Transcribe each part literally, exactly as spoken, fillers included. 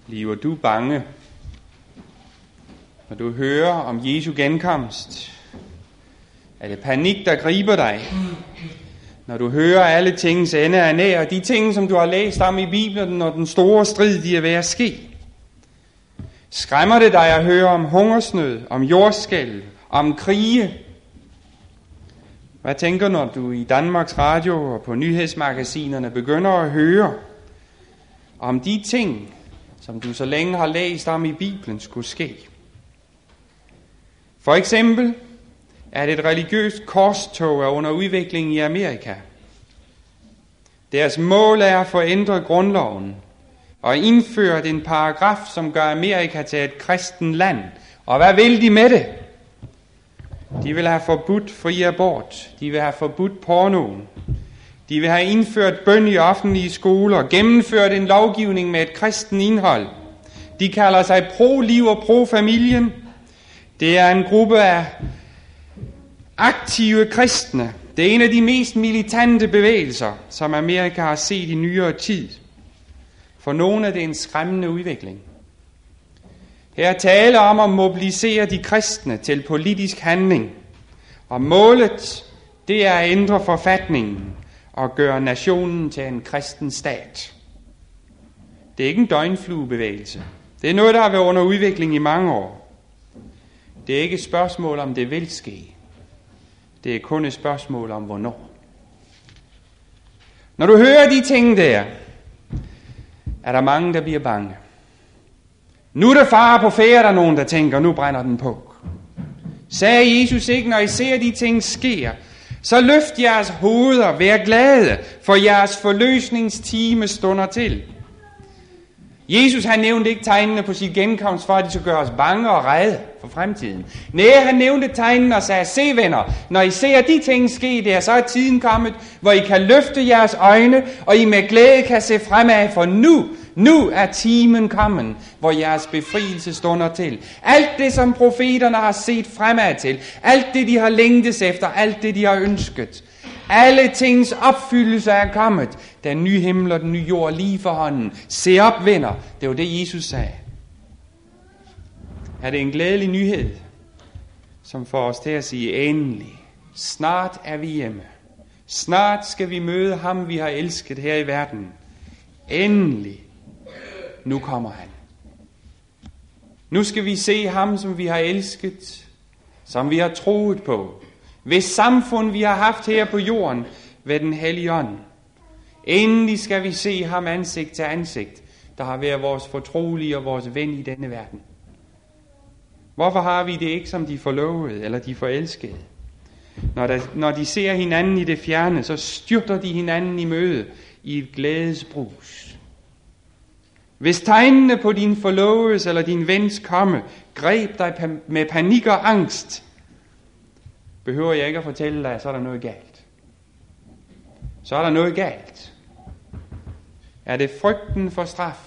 Bliver du bange, når du hører om Jesu genkomst? Er det panik, der griber dig? Når du hører alle tings ende er nær, og de ting, som du har læst om i Bibelen, når den store strid, de er ved at ske? Skræmmer det dig at høre om hungersnød, om jordskælv, om krige? Hvad tænker du, når du i Danmarks Radio og på nyhedsmagasinerne begynder at høre om de ting, som du så længe har læst om i Bibelen, skulle ske? For eksempel er det et religiøst korstog er under udvikling i Amerika. Deres mål er at forændre grundloven og indføre en paragraf, som gør Amerika til et kristent land. Og hvad vil de med det? De vil have forbudt fri abort. De vil have forbudt pornoen. De vil have indført bøn i offentlige skoler, gennemført en lovgivning med et kristen indhold. De kalder sig pro-liv og pro-familien. Det er en gruppe af aktive kristne. Det er en af de mest militante bevægelser, som Amerika har set i nyere tid. For nogle er det en skræmmende udvikling. Her taler om at mobilisere de kristne til politisk handling. Og målet, det er at ændre forfatningen og gøre nationen til en kristen stat. Det er ikke en døgnfluebevægelse. Det er noget, der har været under udvikling i mange år. Det er ikke et spørgsmål, om det vil ske. Det er kun et spørgsmål om, hvornår. Når du hører de ting der, er der mange, der bliver bange. Nu er der fare på færde, der er nogen, der tænker, nu brænder den på. Sagde Jesus ikke, når I ser de ting sker, så løft jeres hoveder, vær glade, for jeres forløsningstime stunder til. Jesus han nævnte ikke tegnene på sit genkomst, for at de skulle gøre os bange og ræde for fremtiden. Nej, han nævnte tegnene og sagde, se venner, når I ser de ting ske der, så er tiden kommet, hvor I kan løfte jeres øjne, og I med glæde kan se fremad, for nu, nu er timen kommet, hvor jeres befrielse stunder til. Alt det, som profeterne har set fremad til, alt det, de har længtes efter, alt det, de har ønsket, alle tings opfyldelse er kommet. Den nye himmel og den nye jord lige for hånden. Se op, venner. Det var det, Jesus sagde. Er det en glædelig nyhed, som får os til at sige, endelig, snart er vi hjemme. Snart skal vi møde ham, vi har elsket her i verden. Endelig, nu kommer han. Nu skal vi se ham, som vi har elsket, som vi har troet på. Hvis samfund vi har haft her på jorden ved den hellige ånd. Endelig skal vi se ham ansigt til ansigt, der har været vores fortrolige og vores ven i denne verden. Hvorfor har vi det ikke som de forlovede eller de forelskede? Når, der, når de ser hinanden i det fjerne, så styrter de hinanden i møde i et glædesbrus. Hvis tegnene på din forloves eller din vens komme greb dig med panik og angst, behøver jeg ikke at fortælle dig, så er der noget galt. Så er der noget galt. Er det frygten for straf?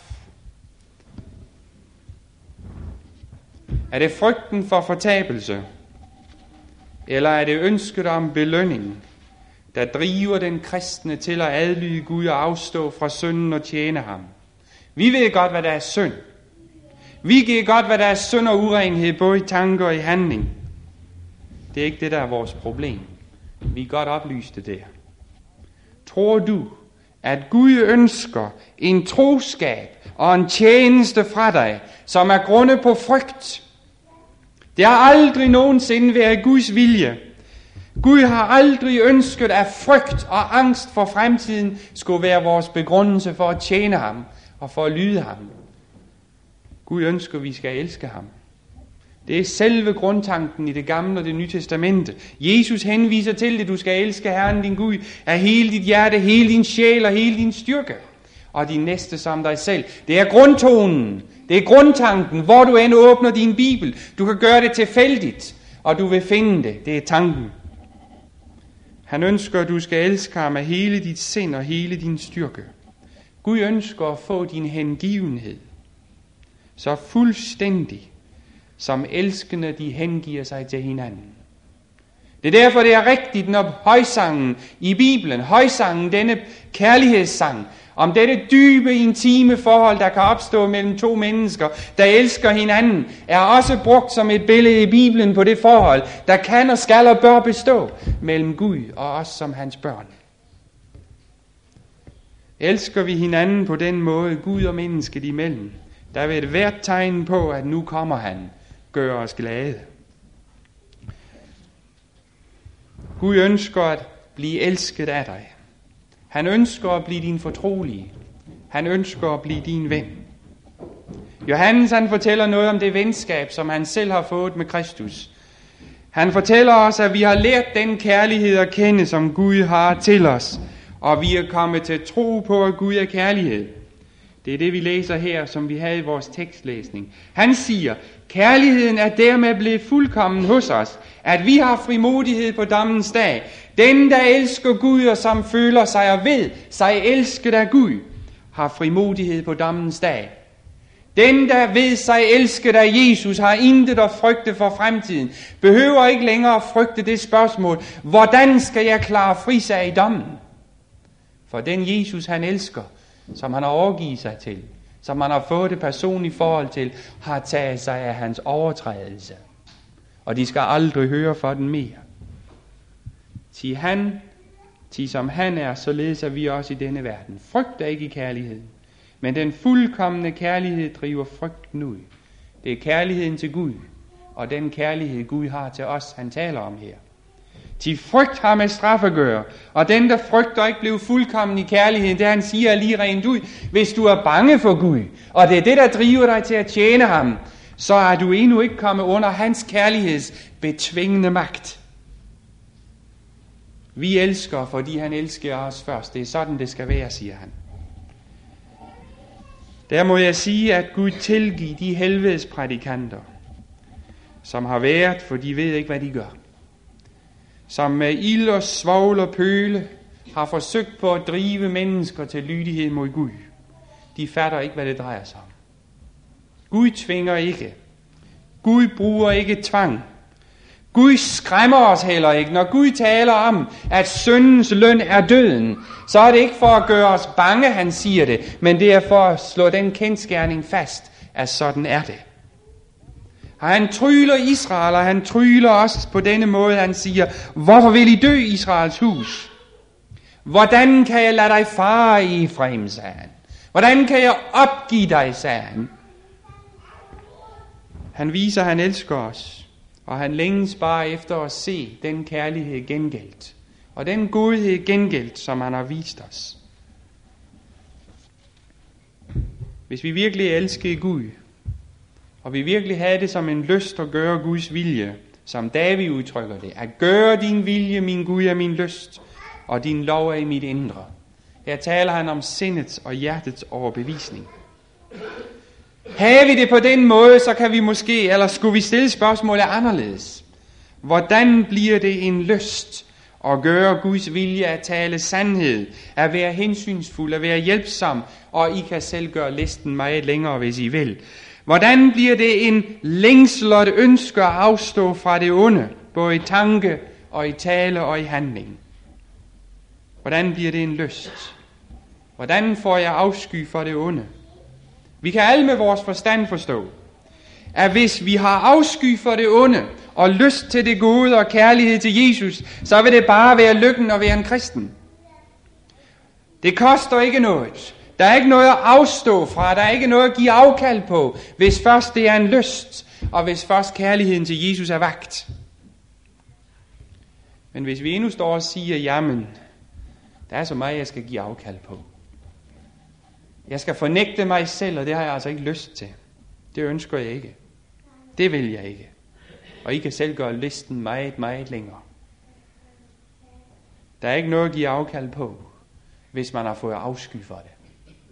Er det frygten for fortabelse? Eller er det ønsket om belønning, der driver den kristne til at adlyde Gud og afstå fra synden og tjene ham? Vi ved godt, hvad der er synd. Vi ved godt, hvad der er synd og urenhed, både i tanker og i handling. Det er ikke det, der er vores problem. Vi er godt oplyste der. Tror du, at Gud ønsker en troskab og en tjeneste fra dig, som er grundet på frygt? Det har aldrig nogensinde været Guds vilje. Gud har aldrig ønsket, at frygt og angst for fremtiden skulle være vores begrundelse for at tjene ham og for at lyde ham. Gud ønsker, at vi skal elske ham. Det er selve grundtanken i det gamle og det nye testamente. Jesus henviser til det, du skal elske Herren din Gud af hele dit hjerte, hele din sjæl og hele din styrke. Og din næste som dig selv. Det er grundtonen. Det er grundtanken, hvor du end åbner din bibel. Du kan gøre det tilfældigt, og du vil finde det. Det er tanken. Han ønsker, at du skal elske ham af hele dit sind og hele din styrke. Gud ønsker at få din hengivenhed så fuldstændig, som elskende de hengiver sig til hinanden. Det er derfor, det er rigtigt, når højsangen i Bibelen, højsangen, denne kærlighedssang, om dette dybe, intime forhold, der kan opstå mellem to mennesker, der elsker hinanden, er også brugt som et billede i Bibelen på det forhold, der kan og skal og bør bestå mellem Gud og os som hans børn. Elsker vi hinanden på den måde, Gud og mennesket imellem, der vil et hvert tegn på, at nu kommer han, gør os glade. Gud ønsker at blive elsket af dig. Han ønsker at blive din fortrolige. Han ønsker at blive din ven. Johannes han fortæller noget om det venskab, som han selv har fået med Kristus. Han fortæller os, at vi har lært den kærlighed at kende, som Gud har til os. Og vi er kommet til tro på, at Gud er kærlighed. Det er det, vi læser her, som vi havde i vores tekstlæsning. Han siger, kærligheden er dermed blevet fuldkommen hos os, at vi har frimodighed på dommens dag. Den, der elsker Gud og som føler sig og ved sig elsket af Gud, har frimodighed på dommens dag. Den, der ved sig elsket af Jesus, har intet at frygte for fremtiden. Behøver ikke længere at frygte det spørgsmål, hvordan skal jeg klare frisag i dommen? For den Jesus, han elsker, som han har overgivet sig til, som han har fået det personlige forhold til, har taget sig af hans overtrædelse. Og de skal aldrig høre for den mere. Til han, til som han er, således er vi også i denne verden. Frygt er ikke i kærligheden, men den fuldkomne kærlighed driver frygten ud. Det er kærligheden til Gud, og den kærlighed Gud har til os, han taler om her. Til frygt har med straf at gøre, og den, der frygter ikke blev fuldkommen i kærligheden, det han siger lige rent ud. Hvis du er bange for Gud, og det er det, der driver dig til at tjene ham, så er du endnu ikke kommet under hans kærligheds betvingende magt. Vi elsker, fordi han elsker os først. Det er sådan, det skal være, siger han. Der må jeg sige, at Gud tilgiver de helvedes prædikanter, som har været, for de ved ikke, hvad de gør. Som med ild og svovl og pøle har forsøgt på at drive mennesker til lydighed mod Gud. De fatter ikke, hvad det drejer sig om. Gud tvinger ikke. Gud bruger ikke tvang. Gud skræmmer os heller ikke. Når Gud taler om, at syndens løn er døden, så er det ikke for at gøre os bange, han siger det, men det er for at slå den kendsgerning fast, at sådan er det. Han tryller Israel, og han tryller os på denne måde. Han siger, hvorfor vil I dø, Israels hus? Hvordan kan jeg lade dig fare, Efraim, sagde han. Hvordan kan jeg opgive dig, sagde han. Han viser, at han elsker os, og han længes bare efter at se den kærlighed gengældt, og den godhed gengældt, som han har vist os. Hvis vi virkelig elsker Gud, og vi virkelig havde det som en lyst at gøre Guds vilje, som David udtrykker det, at gøre din vilje, min Gud, er min lyst, og din lov er i mit indre. Her taler han om sindets og hjertets overbevisning. Har vi det på den måde, så kan vi måske, eller skulle vi stille spørgsmålet anderledes. Hvordan bliver det en lyst at gøre Guds vilje, at tale sandhed, at være hensynsfuld, at være hjælpsom, og I kan selv gøre listen meget længere, hvis I vil. Hvordan bliver det en længsel og et ønske at afstå fra det onde, både i tanke og i tale og i handling? Hvordan bliver det en lyst? Hvordan får jeg afsky for det onde? Vi kan alle med vores forstand forstå, at hvis vi har afsky for det onde og lyst til det gode og kærlighed til Jesus, så vil det bare være lykken at være en kristen. Det koster ikke noget. Der er ikke noget at afstå fra, der er ikke noget at give afkald på, hvis først det er en lyst, og hvis først kærligheden til Jesus er vagt. Men hvis vi endnu står og siger, jamen, der er så meget, jeg skal give afkald på. Jeg skal fornægte mig selv, og det har jeg altså ikke lyst til. Det ønsker jeg ikke. Det vil jeg ikke. Og I kan selv gøre listen meget, meget længere. Der er ikke noget at give afkald på, hvis man har fået afsky for det.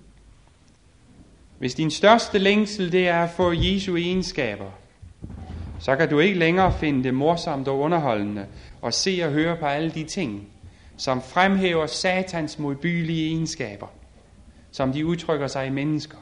Hvis din største længsel det er at få Jesu egenskaber, så kan du ikke længere finde det morsomt og underholdende og se og høre på alle de ting, som fremhæver Satans modbydelige egenskaber, som de udtrykker sig i mennesker.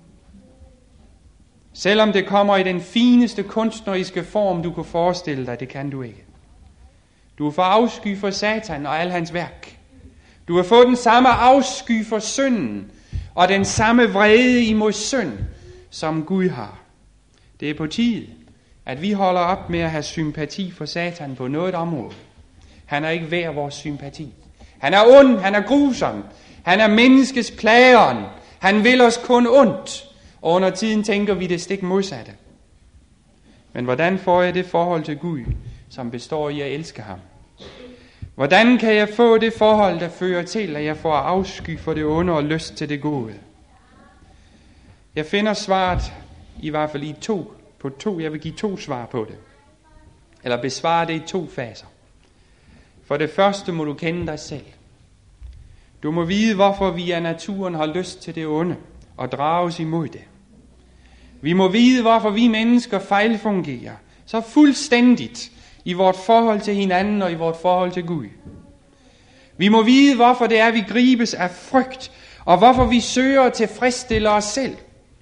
Selvom det kommer i den fineste kunstneriske form, du kunne forestille dig, det kan du ikke. Du får afsky for Satan og al hans værk. Du har fået den samme afsky for synden, og den samme vrede imod synd, som Gud har. Det er på tide, at vi holder op med at have sympati for Satan på noget område. Han er ikke værd vores sympati. Han er ond, han er grusom, han er menneskets plageren. Han vil os kun ondt, og under tiden tænker vi det stik modsatte. Men hvordan får jeg det forhold til Gud, som består i at elske ham? Hvordan kan jeg få det forhold, der fører til, at jeg får afsky for det onde og lyst til det gode? Jeg finder svaret i hvert fald i to, på to. Jeg vil give to svar på det. Eller besvare det i to faser. For det første må du kende dig selv. Du må vide, hvorfor vi af naturen har lyst til det onde og drages imod det. Vi må vide, hvorfor vi mennesker fejlfungerer så fuldstændigt i vort forhold til hinanden og i vort forhold til Gud. Vi må vide, hvorfor det er, vi gribes af frygt, og hvorfor vi søger at tilfredsstille os selv.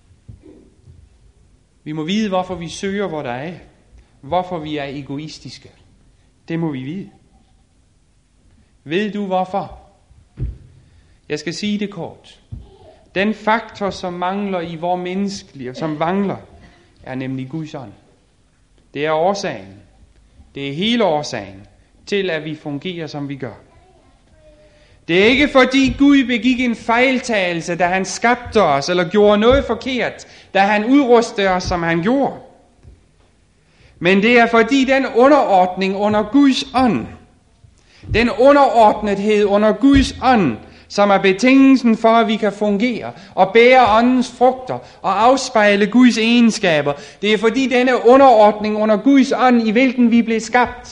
Vi må vide, hvorfor vi søger, hvor der er. Hvorfor vi er egoistiske. Det må vi vide. Ved du hvorfor? Jeg skal sige det kort. Den faktor, som mangler i vores menneskelige, som mangler, er nemlig Guds ånd. Det er årsagen. Det er hele årsagen til, at vi fungerer, som vi gør. Det er ikke fordi Gud begik en fejltagelse, da han skabte os, eller gjorde noget forkert, da han udrustede os, som han gjorde. Men det er fordi den underordning under Guds ånd, den underordnethed under Guds ånd, som er betingelsen for, at vi kan fungere og bære åndens frugter og afspejle Guds egenskaber. Det er fordi denne underordning under Guds ånd, i hvilken vi blev skabt,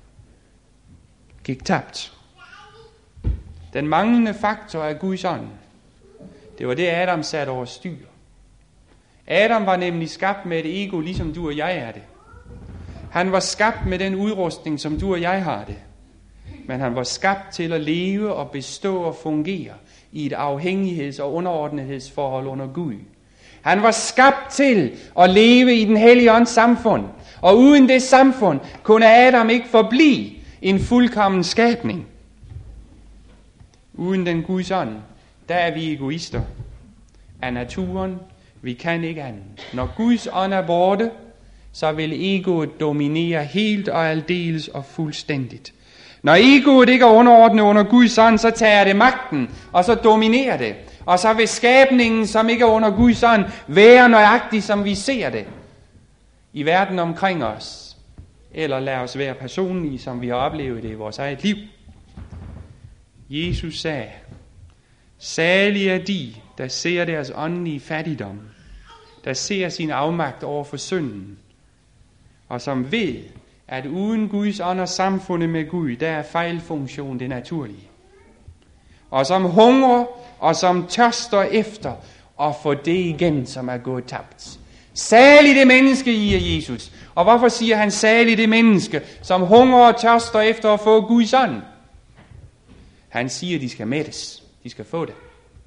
gik tabt. Den manglende faktor er Guds ånd. Det var det, Adam satte over styr. Adam var nemlig skabt med et ego, ligesom du og jeg er det. Han var skabt med den udrustning, som du og jeg har det. Men han var skabt til at leve og bestå og fungere i et afhængigheds- og underordnethedsforhold under Gud. Han var skabt til at leve i den hellige ånds samfund. Og uden det samfund kunne Adam ikke forblive en fuldkommen skabning. Uden den Guds ånd, der er vi egoister. Af naturen, vi kan ikke andet. Når Guds ånd er borte, så vil egoet dominere helt og aldeles og fuldstændigt. Når egoet ikke er underordnet under Guds ånd, så tager det magten, og så dominerer det. Og så vil skabningen, som ikke er under Guds ånd, være nøjagtigt, som vi ser det i verden omkring os. Eller lad os være personlige, som vi har oplevet det i vores eget liv. Jesus sagde, salige er de, der ser deres åndelige fattigdom, der ser sin afmagt over for synden, og som ved, at uden Guds ånd og samfundet med Gud, der er fejlfunktion det naturlige. Og som hungrer og som tørster efter at få det igen, som er gået tabt. Salig det menneske, i er Jesus. Og hvorfor siger han salig det menneske, som hungrer og tørster efter at få Guds ånd? Han siger, at de skal mættes. De skal få det.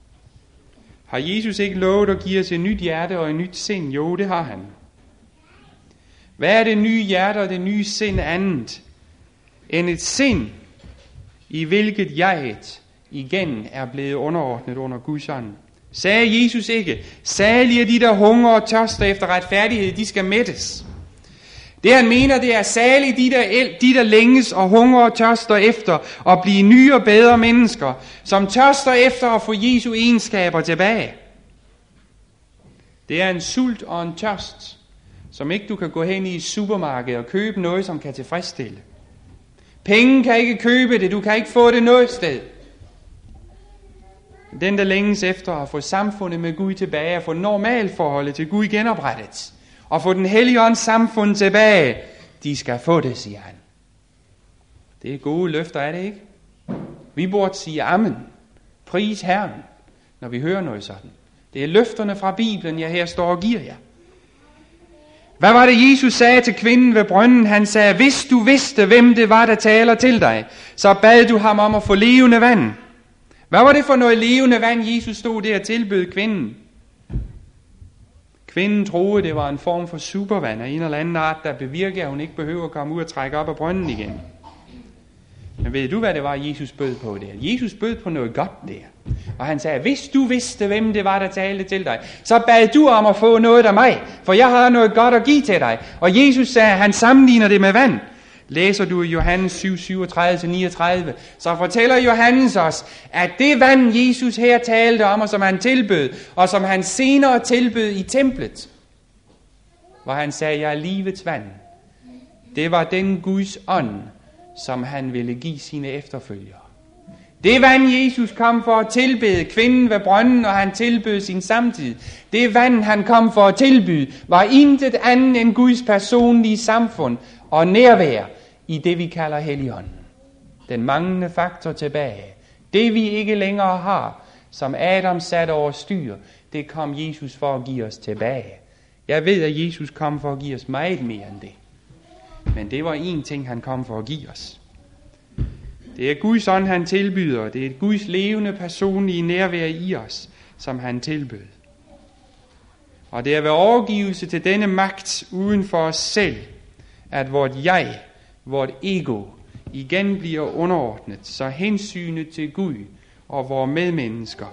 Har Jesus ikke lovet at give os et nyt hjerte og et nyt sind? Jo, det har han. Hvad er det nye hjerte og det nye sind andet end et sind, i hvilket jeget igen er blevet underordnet under Guds ånd? Sagde Jesus ikke, salige de, der hungrer og tørster efter retfærdighed, de skal mættes. Det han mener, det er salige de, der, de, der længes og hungrer og tørster efter at blive nye og bedre mennesker, som tørster efter at få Jesu egenskaber tilbage. Det er en sult og en tørst, som ikke du kan gå hen i supermarkedet og købe noget, som kan tilfredsstille. Penge kan ikke købe det, du kan ikke få det noget sted. Den, der længes efter at få samfundet med Gud tilbage, og få normalforholdet til Gud genoprettet, og få den hellige ånds samfund tilbage, de skal få det, siger han. Det er gode løfter, er det ikke? Vi burde sige amen, pris Herren, når vi hører noget sådan. Det er løfterne fra Bibelen, jeg her står og giver jer. Hvad var det, Jesus sagde til kvinden ved brønden? Han sagde, hvis du vidste, hvem det var, der taler til dig, så bad du ham om at få levende vand. Hvad var det for noget levende vand, Jesus stod der og tilbød kvinden? Kvinden troede, det var en form for supervand af en eller anden art, der bevirker, at hun ikke behøver at komme ud og trække op af brønden igen. Men ved du, hvad det var, Jesus bød på der? Jesus bød på noget godt der. Og han sagde, hvis du vidste, hvem det var, der talte til dig, så bad du om at få noget af mig, for jeg har noget godt at give til dig. Og Jesus sagde, han sammenligner det med vand. Læser du i Johannes syv, syvogtredive til niogtredive, så fortæller Johannes os, at det vand, Jesus her talte om, og som han tilbød, og som han senere tilbød i templet, hvor han sagde, jeg er livets vand, det var den Guds ånd, som han ville give sine efterfølgere. Det vand, Jesus kom for at tilbede kvinden ved brønden, og han tilbød sin samtid. Det vand, han kom for at tilbyde, var intet andet end Guds personlige samfund og nærvær i det, vi kalder Helligånden. Den manglende faktor tilbage. Det, vi ikke længere har, som Adam satte over styr, det kom Jesus for at give os tilbage. Jeg ved, at Jesus kom for at give os meget mere end det. Men det var en ting, han kom for at give os. Det er Guds ånd, han tilbyder. Det er Guds levende, personlige nærvær i os, som han tilbød. Og det er ved overgivelse til denne magt uden for os selv, at vort jeg, vort ego, igen bliver underordnet, så hensynet til Gud og vores medmennesker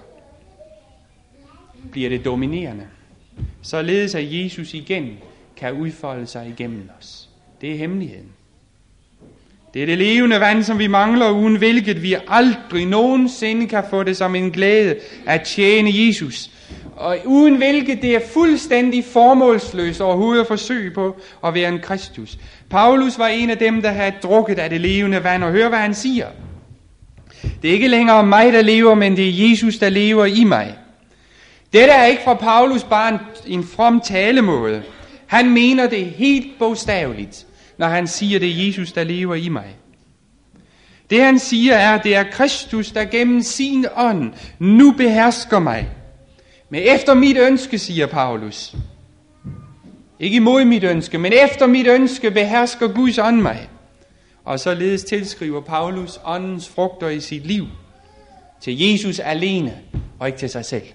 bliver det dominerende. Således at Jesus igen kan udfolde sig igennem os. Det er hemmeligheden. Det er det levende vand, som vi mangler, uden hvilket vi aldrig nogensinde kan få det som en glæde at tjene Jesus. Og uden hvilket det er fuldstændig formålsløst overhovedet at forsøge på at være en Kristus. Paulus var en af dem, der havde drukket af det levende vand, og hør hvad han siger. Det er ikke længere mig, der lever, men det er Jesus, der lever i mig. Dette er ikke fra Paulus bare en, en from talemåde. Han mener det helt bogstaveligt, når han siger, det er Jesus, der lever i mig. Det han siger er, det er Kristus, der gennem sin ånd nu behersker mig. Men efter mit ønske, siger Paulus. Ikke imod mit ønske, men efter mit ønske behersker Guds ånd mig. Og således tilskriver Paulus åndens frugter i sit liv til Jesus alene og ikke til sig selv.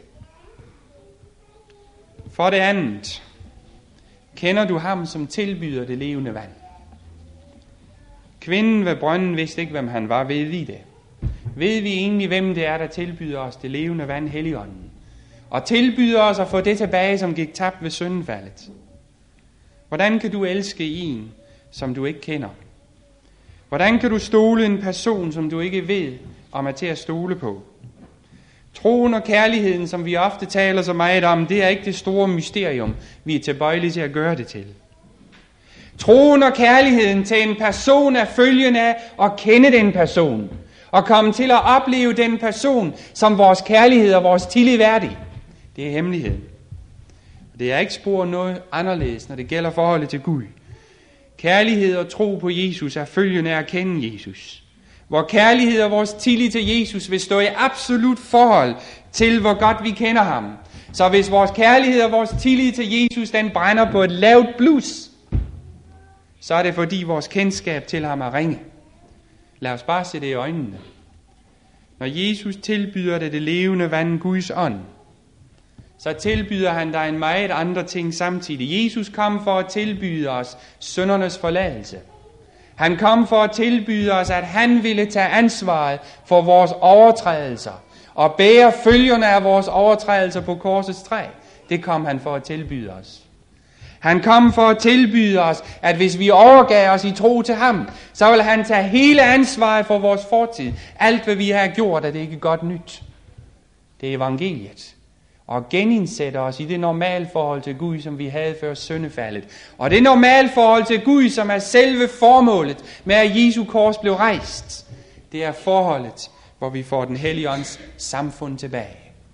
For det andet, kender du ham, som tilbyder det levende vand? Kvinden ved brønden vidste ikke, hvem han var. Ved vi det? Ved vi egentlig, hvem det er, der tilbyder os det levende vand, Helligånden? Og tilbyder os at få det tilbage, som gik tabt ved syndefaldet. Hvordan kan du elske en, som du ikke kender? Hvordan kan du stole en person, som du ikke ved, om er til at stole på? Troen og kærligheden, som vi ofte taler så meget om, det er ikke det store mysterium, vi er tilbøjelige til at gøre det til. Troen og kærligheden til en person er følgende af at kende den person, og komme til at opleve den person, som vores kærlighed og vores tillid værdig. Det er hemmeligheden. Det er ikke spor noget anderledes, når det gælder forholdet til Gud. Kærlighed og tro på Jesus er følgende af at kende Jesus. Hvor kærlighed og vores tillid til Jesus vil stå i absolut forhold til, hvor godt vi kender ham. Så hvis vores kærlighed og vores tillid til Jesus, den brænder på et lavt blus, så er det fordi vores kendskab til ham er ringe. Lad os bare se det i øjnene. Når Jesus tilbyder det det levende vand, Guds ånd, så tilbyder han dig en meget andre ting samtidig. Jesus kom for at tilbyde os syndernes forladelse. Han kom for at tilbyde os, at han ville tage ansvaret for vores overtrædelser og bære følgerne af vores overtrædelser på korsets træ. Det kom han for at tilbyde os. Han kom for at tilbyde os, at hvis vi overgav os i tro til ham, så vil han tage hele ansvaret for vores fortid. Alt hvad vi har gjort, er det ikke godt nyt. Det er evangeliet. Og genindsætte os i det normale forhold til Gud, som vi havde før syndefaldet. Og det normale forhold til Gud, som er selve formålet med, at Jesu kors blev rejst, det er forholdet, hvor vi får den hellige ånds samfund tilbage.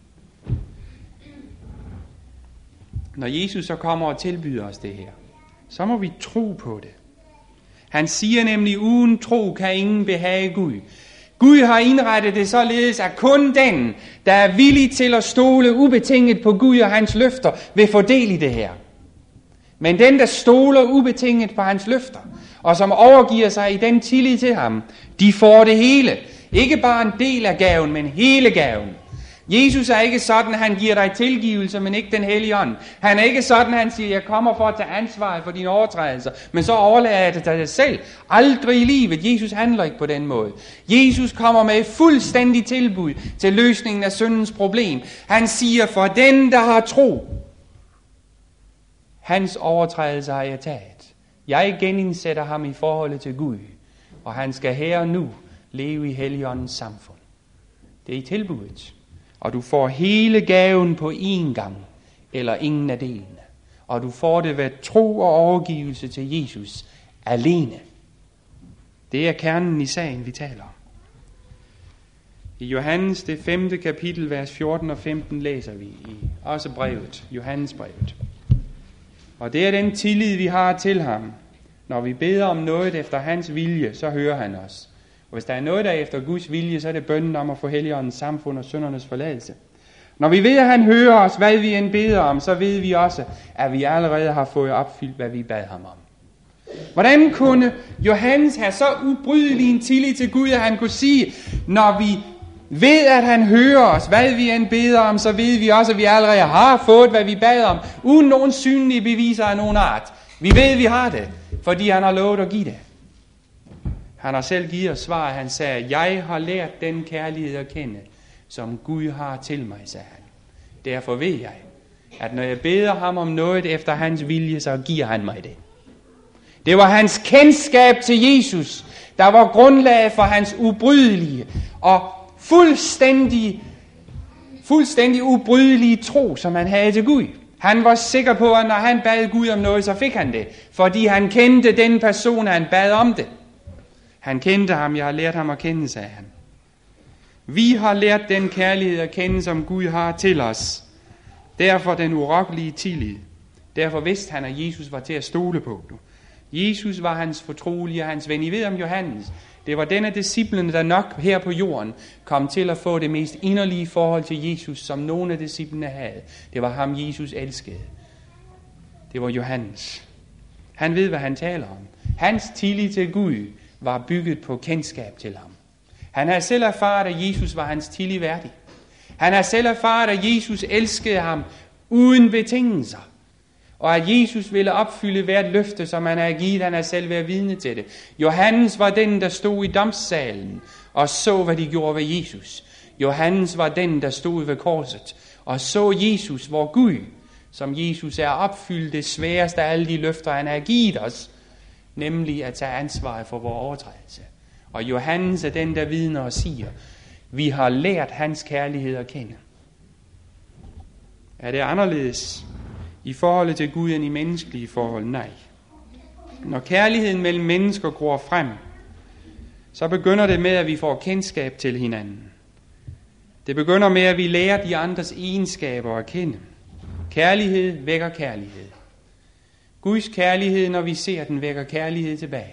Når Jesus så kommer og tilbyder os det her, så må vi tro på det. Han siger nemlig, uden tro kan ingen behage Gud. Gud har indrettet det således, at kun den, der er villig til at stole ubetinget på Gud og hans løfter, vil få del i det her. Men den, der stoler ubetinget på hans løfter, og som overgiver sig i den tillid til ham, de får det hele. Ikke bare en del af gaven, men hele gaven. Jesus er ikke sådan, at han giver dig tilgivelse, men ikke den hellige ånd. Han er ikke sådan, at han siger, jeg kommer for at tage ansvar for dine overtrædelser, men så overlader jeg det til dig selv. Aldrig i livet. Jesus handler ikke på den måde. Jesus kommer med et fuldstændig tilbud til løsningen af syndens problem. Han siger, for den, der har tro, hans overtrædelser har jeg taget. Jeg genindsætter ham i forholdet til Gud, og han skal her og nu leve i Helligåndens samfund. Det er i tilbuddet. Og du får hele gaven på én gang, eller ingen af delene. Og du får det ved tro og overgivelse til Jesus alene. Det er kernen i sagen, vi taler om. I Johannes, det femte kapitel, vers fjorten og femten, læser vi i også brevet, Johannes brevet. Og det er den tillid, vi har til ham. Når vi beder om noget efter hans vilje, så hører han os. Og hvis der er noget, der er efter Guds vilje, så er det bønnen om at få Helligåndens samfund og syndernes forladelse. Når vi ved, at han hører os, hvad vi end beder om, så ved vi også, at vi allerede har fået opfyldt, hvad vi bad ham om. Hvordan kunne Johannes have så ubrydelig en tillid til Gud, at han kunne sige, når vi ved, at han hører os, hvad vi end beder om, så ved vi også, at vi allerede har fået, hvad vi bad om, uden nogen synlige beviser af nogen art. Vi ved, at vi har det, fordi han har lovet at give det. Han har selv givet os svar, han sagde, jeg har lært den kærlighed at kende, som Gud har til mig, sagde han. Derfor ved jeg, at når jeg beder ham om noget efter hans vilje, så giver han mig det. Det var hans kendskab til Jesus, der var grundlaget for hans ubrydelige og fuldstændig, fuldstændig ubrydelige tro, som han havde til Gud. Han var sikker på, at når han bad Gud om noget, så fik han det, fordi han kendte den person, han bad om det. Han kendte ham, jeg har lært ham at kende, sagde han. Vi har lært den kærlighed at kende, som Gud har til os. Derfor den urokkelige tillid. Derfor vidste han, at Jesus var til at stole på. Jesus var hans fortrolige og hans ven. I ved om Johannes. Det var denne disciplene, der nok her på jorden kom til at få det mest inderlige forhold til Jesus, som nogle af disciplene havde. Det var ham, Jesus elskede. Det var Johannes. Han ved, hvad han taler om. Hans tillid til Gud var bygget på kendskab til ham. Han havde selv erfaret, at Jesus var hans tillid værdig. Han havde selv erfaret, at Jesus elskede ham uden betingelser. Og at Jesus ville opfylde hvert løfte, som han havde givet. Han havde selv været vidne til det. Johannes var den, der stod i domssalen og så, hvad de gjorde ved Jesus. Johannes var den, der stod ved korset og så Jesus, hvor Gud, som Jesus er, opfyldt det sværeste af alle de løfter, han har givet os, nemlig at tage ansvar for vores overtrædelse. Og Johannes er den, der vidner og siger, vi har lært hans kærlighed at kende. Er det anderledes i forholdet til Gud end i menneskelige forhold? Nej. Når kærligheden mellem mennesker går frem, så begynder det med, at vi får kendskab til hinanden. Det begynder med, at vi lærer de andres egenskaber at kende. Kærlighed vækker kærlighed. Guds kærlighed, når vi ser den, vækker kærlighed tilbage.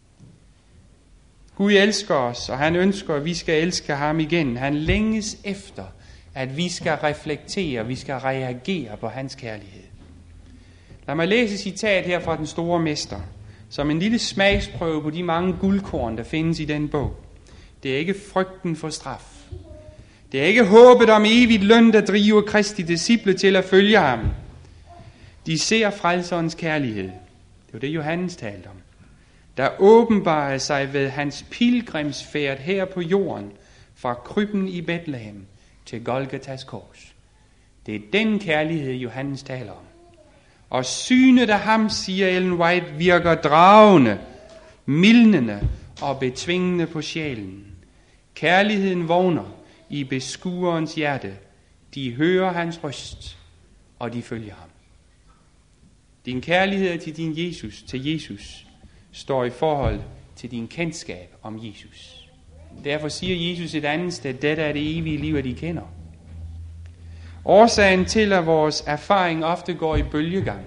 Gud elsker os, og han ønsker, at vi skal elske ham igen. Han længes efter, at vi skal reflektere, vi skal reagere på hans kærlighed. Lad mig læse et citat her fra den store mester, som en lille smagsprøve på de mange guldkorn, der findes i den bog. Det er ikke frygten for straf. Det er ikke håbet om evigt løn, der driver Kristi disciple til at følge ham. De ser frelserens kærlighed. Det var det, Johannes talte om. Der åbenbarer sig ved hans pilgrimsfærd her på jorden, fra krybben i Betlehem til Golgatas kors. Det er den kærlighed, Johannes taler om. Og synet af ham, siger Ellen White, virker dragende, mildnende og betvingende på sjælen. Kærligheden vågner i beskuerens hjerte. De hører hans røst, og de følger ham. Din kærlighed til din Jesus, til Jesus, står i forhold til din kendskab om Jesus. Derfor siger Jesus et andet sted, dette er det evige liv, at I kender. Årsagen til, at vores erfaring ofte går i bølgegang.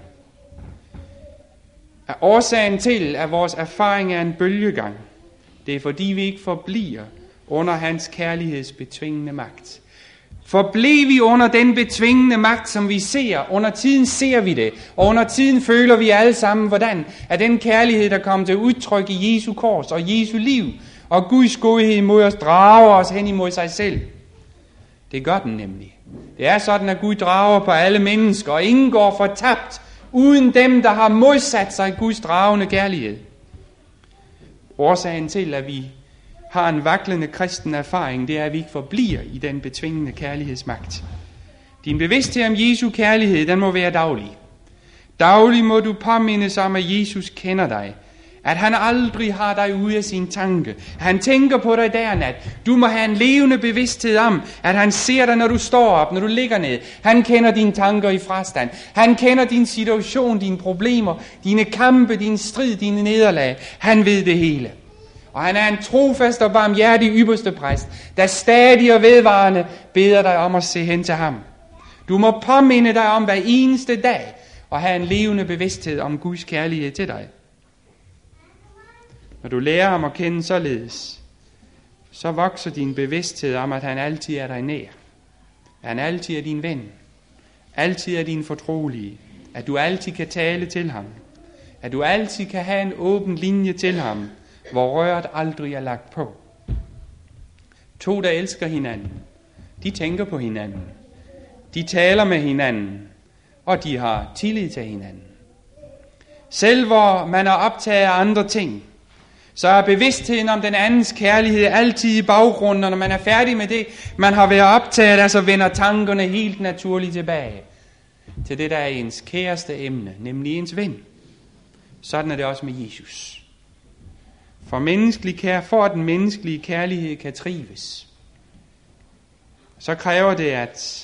Årsagen til, at vores erfaring er en bølgegang, det er fordi vi ikke forbliver under hans kærlighedsbetvingende magt. Forblev vi under den betvingende magt, som vi ser. Under tiden ser vi det, og under tiden føler vi alle sammen, hvordan at den kærlighed, der kommer til udtryk i Jesu kors og Jesu liv, og Guds godhed imod os, drager os hen imod sig selv. Det gør den nemlig. Det er sådan, at Gud drager på alle mennesker, og ingen går fortabt, uden dem, der har modsat sig Guds dragende kærlighed. Årsagen til, at vi har en vaklende kristen erfaring, det er, at vi ikke forbliver i den betvingende kærlighedsmagt. Din bevidsthed om Jesu kærlighed, den må være daglig. Daglig må du påmindes om, at Jesus kender dig. At han aldrig har dig ude af sin tanke. Han tænker på dig dag og nat. Du må have en levende bevidsthed om, at han ser dig, når du står op, når du ligger ned. Han kender dine tanker i frastand. Han kender din situation, dine problemer, dine kampe, din strid, dine nederlag. Han ved det hele. Og han er en trofast og barmhjertig ypperste præst, der stadig og vedvarende beder dig om at se hen til ham. Du må påminde dig om hver eneste dag og have en levende bevidsthed om Guds kærlighed til dig. Når du lærer ham at kende således, så vokser din bevidsthed om, at han altid er dig nær. At han altid er din ven. Altid er din fortrolige. At du altid kan tale til ham. At du altid kan have en åben linje til ham, hvor røret aldrig er lagt på. To, der elsker hinanden, de tænker på hinanden. De taler med hinanden, og de har tillid til hinanden. Selv hvor man er optaget af andre ting, så er bevidstheden om den andens kærlighed altid i baggrunden, og når man er færdig med det, man har været optaget af, så vender tankerne helt naturligt tilbage til det, der er ens kæreste emne, nemlig ens ven. Sådan er det også med Jesus. For, menneskelig kær, for at den menneskelige kærlighed kan trives, så kræver det, at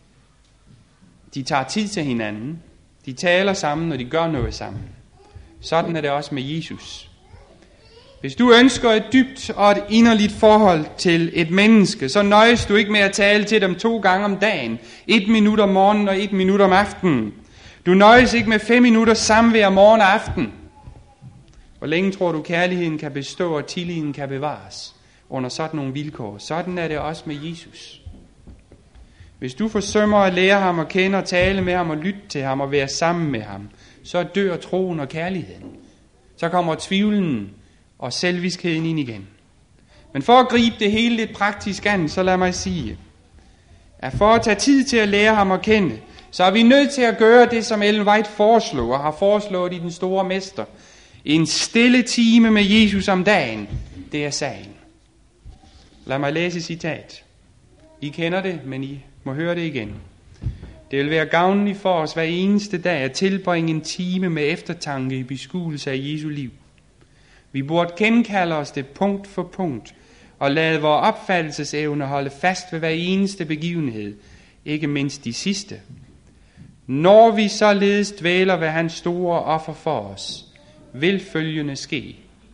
de tager tid til hinanden, de taler sammen, og de gør noget sammen. Sådan er det også med Jesus. Hvis du ønsker et dybt og et inderligt forhold til et menneske, så nøjes du ikke med at tale til dem to gange om dagen. Et minut om morgenen og et minut om aftenen. Du nøjes ikke med fem minutter samvær morgen og aften. Hvor længe tror du, kærligheden kan bestå og tilliden kan bevares under sådan nogle vilkår? Sådan er det også med Jesus. Hvis du forsømmer at lære ham at kende og tale med ham og lytte til ham og være sammen med ham, så dør troen og kærligheden. Så kommer tvivlen og selviskheden ind igen. Men for at gribe det hele lidt praktisk an, så lad mig sige, at for at tage tid til at lære ham at kende, så er vi nødt til at gøre det, som Ellen White foreslår og har foreslået i Den Store Mester. En stille time med Jesus om dagen, det er sagen. Lad mig læse citat. I kender det, men I må høre det igen. Det vil være gavnligt for os hver eneste dag at tilbringe en time med eftertanke i beskuelse af Jesu liv. Vi burde kendekalde os det punkt for punkt, og lade vores opfattelsesevne holde fast ved hver eneste begivenhed, ikke mindst de sidste. Når vi således dvæler ved hans store offer for os, vil følgende ske.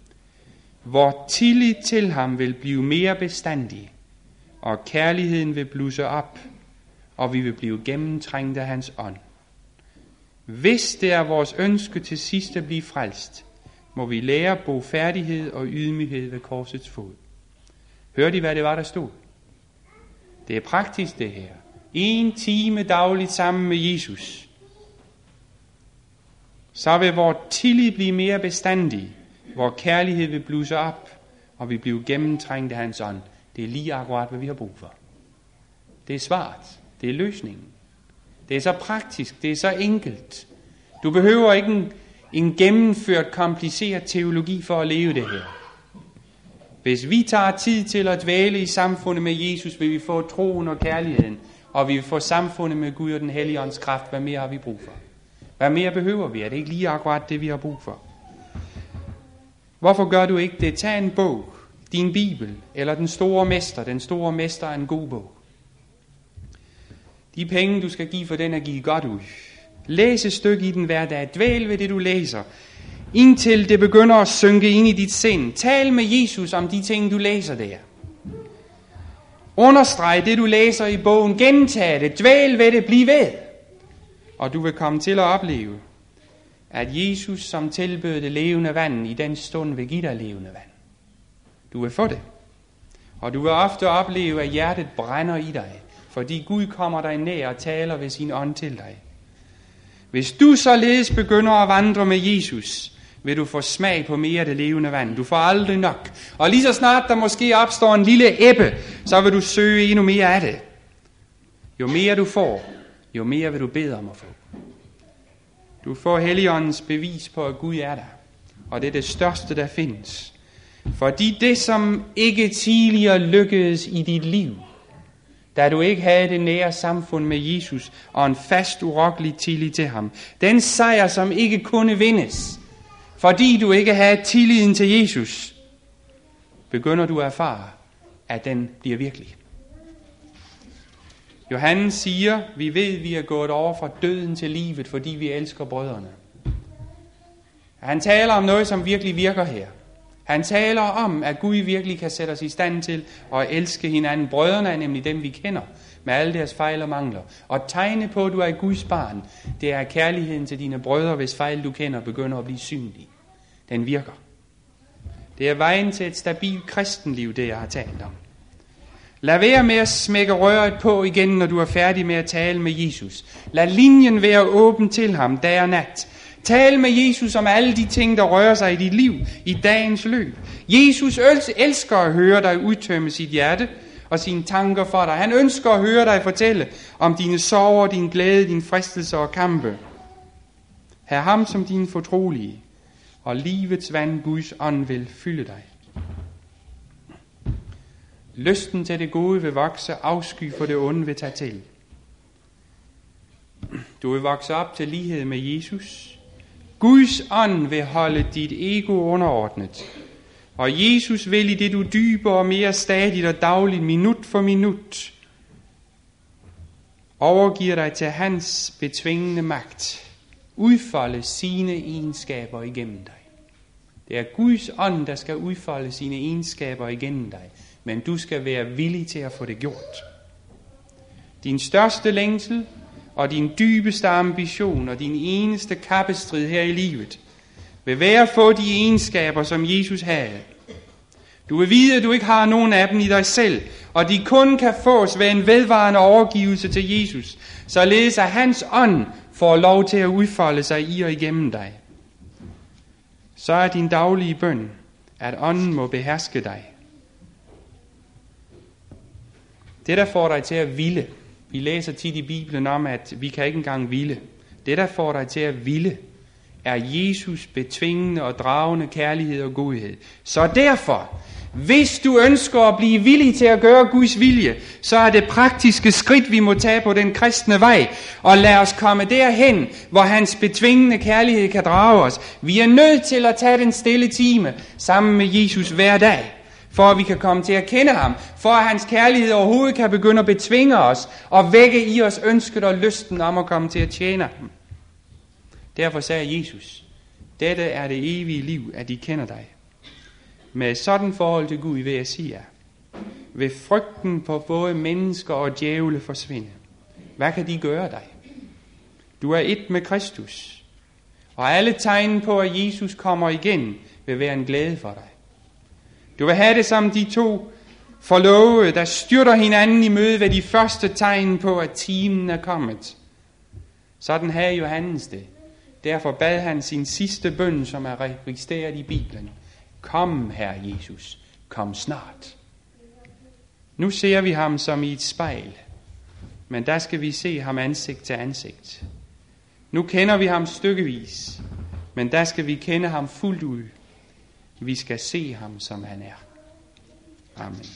Vor tillid til ham vil blive mere bestandig, og kærligheden vil blusse op, og vi vil blive gennemtrængt af hans ånd. Hvis det er vores ønske til sidst at blive frelst, må vi lære bogfærdighed og ydmyghed ved korsets fod. Hørte I, hvad det var, der stod? Det er praktisk, det her. En time dagligt sammen med Jesus. Så vil vores tillid blive mere bestandig, hvor kærlighed vil blusse op, og vi bliver gennemtrængt af hans ånd. Det er lige akkurat, hvad vi har brug for. Det er svaret. Det er løsningen. Det er så praktisk. Det er så enkelt. Du behøver ikke en, en gennemført, kompliceret teologi for at leve det her. Hvis vi tager tid til at dvæle i samfundet med Jesus, vil vi få troen og kærligheden, og vi vil få samfundet med Gud og den hellige ånds kraft. Hvad mere har vi brug for? Hvad mere behøver vi? Er det ikke lige akkurat det, vi har brug for? Hvorfor gør du ikke det? Tag en bog, din Bibel, eller Den Store Mester. Den Store Mester er en god bog. De penge, du skal give for den, er givet godt ud. Læs et stykke i den hver dag. Dvæl ved det, du læser, indtil det begynder at synke ind i dit sind. Tal med Jesus om de ting, du læser der. Understreg det, du læser i bogen. Gentag det. Dvæl ved det. Bliv ved. Og du vil komme til at opleve, at Jesus, som tilbød det levende vand, i den stund vil give dig levende vand. Du vil få det. Og du vil ofte opleve, at hjertet brænder i dig, fordi Gud kommer dig nær og taler ved sin ånd til dig. Hvis du således begynder at vandre med Jesus, vil du få smag på mere af det levende vand. Du får aldrig nok. Og lige så snart der måske opstår en lille ebbe, så vil du søge endnu mere af det. Jo mere du får, jo mere vil du bede om at få. Du får Helligåndens bevis på, at Gud er der. Og det er det største, der findes. Fordi det, som ikke tidligere lykkedes i dit liv, da du ikke havde det nære samfund med Jesus og en fast, urokkelig tillid til ham, den sejr, som ikke kunne vindes, fordi du ikke havde tilliden til Jesus, begynder du at erfare, at den bliver virkelig. Johannes siger, vi ved, vi er gået over fra døden til livet, fordi vi elsker brødrene. Han taler om noget, som virkelig virker her. Han taler om, at Gud virkelig kan sætte os i stand til at elske hinanden. Brødrene er nemlig dem, vi kender, med alle deres fejl og mangler. Og tegne på, at du er Guds barn, det er kærligheden til dine brødre, hvis fejl du kender begynder at blive synlige. Den virker. Det er vejen til et stabilt kristenliv, det jeg har talt om. Lad være med at smække røret på igen, når du er færdig med at tale med Jesus. Lad linjen være åben til ham dag og nat. Tal med Jesus om alle de ting, der rører sig i dit liv i dagens løb. Jesus elsker at høre dig udtømme sit hjerte og sine tanker for dig. Han ønsker at høre dig fortælle om dine sorger, din glæde, din fristelser og kampe. Hav ham som din fortrolige, og livets vand, Guds ånd, vil fylde dig. Lysten til det gode vil vokse, afsky for det onde vil tage til. Du vil vokse op til lighed med Jesus. Guds ånd vil holde dit ego underordnet. Og Jesus vil i det du dybere og mere stadigt og dagligt, minut for minut, overgiver dig til hans betvingende magt. Udfolde sine egenskaber igennem dig. Det er Guds ånd, der skal udfolde sine egenskaber igennem dig. Men du skal være villig til at få det gjort. Din største længsel og din dybeste ambition og din eneste kappestrid her i livet vil være at få de egenskaber, som Jesus havde. Du vil vide, at du ikke har nogen af dem i dig selv, og de kun kan fås ved en vedvarende overgivelse til Jesus, således at hans ånd får lov til at udfolde sig i og igennem dig. Så er din daglige bøn, at ånden må beherske dig. Det, der får dig til at ville, vi læser tit i Bibelen om, at vi kan ikke engang ville. Det, der får dig til at ville, er Jesus betvingende og dragende kærlighed og godhed. Så derfor, hvis du ønsker at blive villig til at gøre Guds vilje, så er det praktiske skridt, vi må tage på den kristne vej, og lad os komme derhen, hvor hans betvingende kærlighed kan drage os. Vi er nødt til at tage den stille time sammen med Jesus hver dag, for at vi kan komme til at kende ham, for at hans kærlighed overhovedet kan begynde at betvinge os, og vække i os ønsket og lysten om at komme til at tjene ham. Derfor sagde Jesus, dette er det evige liv, at de kender dig. Med et sådan forhold til Gud vil jeg sige jer, vil frygten på både mennesker og djævle forsvinde. Hvad kan de gøre dig? Du er et med Kristus, og alle tegn på, at Jesus kommer igen, vil være en glæde for dig. Du vil have det som de to forlovede, der styrter hinanden i møde ved de første tegn på, at timen er kommet. Sådan havde Johannes det. Derfor bad han sin sidste bøn, som er registreret i Bibelen. Kom, Herre Jesus, kom snart. Nu ser vi ham som i et spejl, men der skal vi se ham ansigt til ansigt. Nu kender vi ham stykkevis, men der skal vi kende ham fuldt ud. Vi skal se ham, som han er. Amen.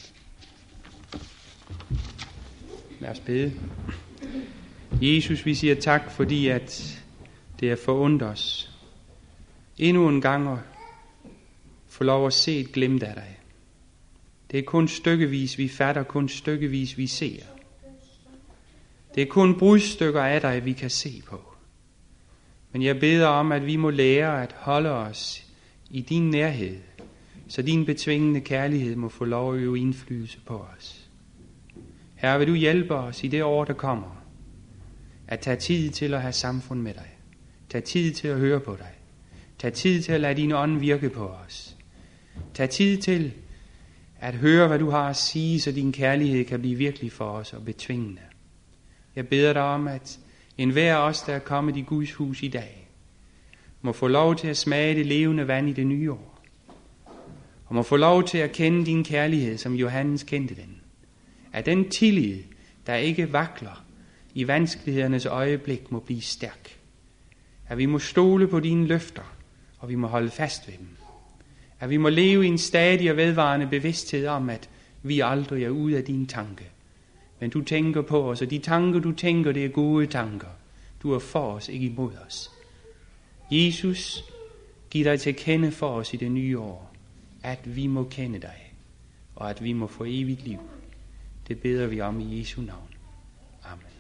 Lad os bede. Jesus, vi siger tak, fordi at det er forundt os endnu en gang at få lov at se et glimt af dig. Det er kun stykkevis, vi fatter, kun stykkevis, vi ser. Det er kun brudstykker af dig, vi kan se på. Men jeg beder om, at vi må lære at holde os i din nærhed, så din betvingende kærlighed må få lov at øve indflydelse på os. Herre, vil du hjælpe os i det år, der kommer, at tage tid til at have samfund med dig. Tag tid til at høre på dig. Tag tid til at lade din ånd virke på os. Tag tid til at høre, hvad du har at sige, så din kærlighed kan blive virkelig for os og betvingende. Jeg beder dig om, at enhver af os, der er kommet i Guds hus i dag, må få lov til at smage det levende vand i det nye år. Og må få lov til at kende din kærlighed, som Johannes kendte den. At den tillid, der ikke vakler, i vanskelighedernes øjeblik må blive stærk. At vi må stole på dine løfter, og vi må holde fast ved dem. At vi må leve i en stadig og vedvarende bevidsthed om, at vi aldrig er ude af dine tanke. Men du tænker på os, og de tanker, du tænker, det er gode tanker. Du er for os, ikke imod os. Jesus, giv dig til kende for os i det nye år, at vi må kende dig, og at vi må få evigt liv. Det beder vi om i Jesu navn. Amen.